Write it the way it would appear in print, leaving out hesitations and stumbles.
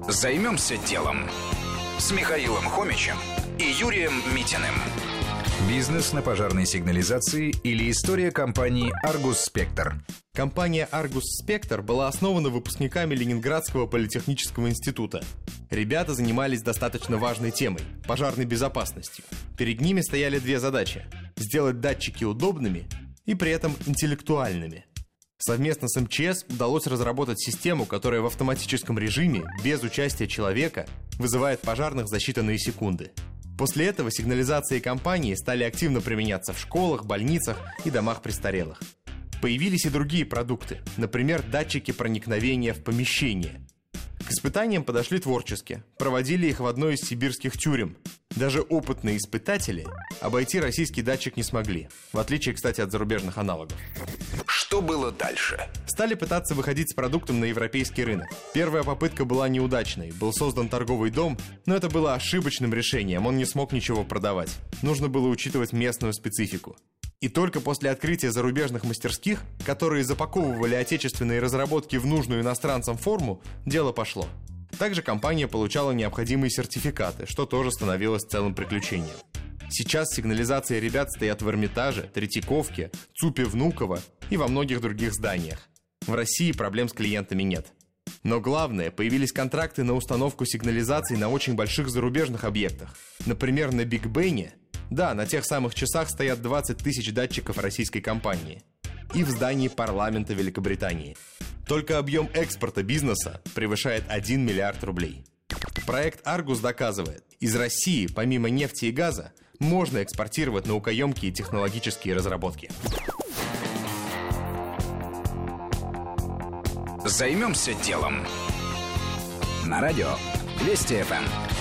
Займемся делом с Михаилом Хомичем и Юрием Митиным. Бизнес на пожарной сигнализации или история компании Argus Spector. Компания Argus Spector была основана выпускниками Ленинградского политехнического института. Ребята занимались достаточно важной темой – пожарной безопасностью. Перед ними стояли две задачи – сделать датчики удобными и при этом интеллектуальными. Совместно с МЧС удалось разработать систему, которая в автоматическом режиме, без участия человека, вызывает пожарных за считанные секунды. После этого сигнализации компании стали активно применяться в школах, больницах и домах престарелых. Появились и другие продукты, например, датчики проникновения в помещение. К испытаниям подошли творчески, проводили их в одной из сибирских тюрем. Даже опытные испытатели обойти российский датчик не смогли, в отличие, кстати, от зарубежных аналогов. Что было дальше? Стали пытаться выходить с продуктом на европейский рынок. Первая попытка была неудачной. Был создан торговый дом, но это было ошибочным решением, он не смог ничего продавать. Нужно было учитывать местную специфику. И только после открытия зарубежных мастерских, которые запаковывали отечественные разработки в нужную иностранцам форму, дело пошло. Также компания получала необходимые сертификаты, что тоже становилось целым приключением. Сейчас сигнализации ребят стоят в Эрмитаже, Третьяковке, ЦУПе Внуково и во многих других зданиях. В России проблем с клиентами нет. Но главное, появились контракты на установку сигнализаций на очень больших зарубежных объектах. Например, на Биг Бене, да, на тех самых часах стоят 20 тысяч датчиков российской компании. И в здании парламента Великобритании. Только объем экспорта бизнеса превышает 1 миллиард рублей. Проект Argus доказывает, из России, помимо нефти и газа, можно экспортировать наукоемкие технологические разработки. Займемся делом. На радио Вести ФМ.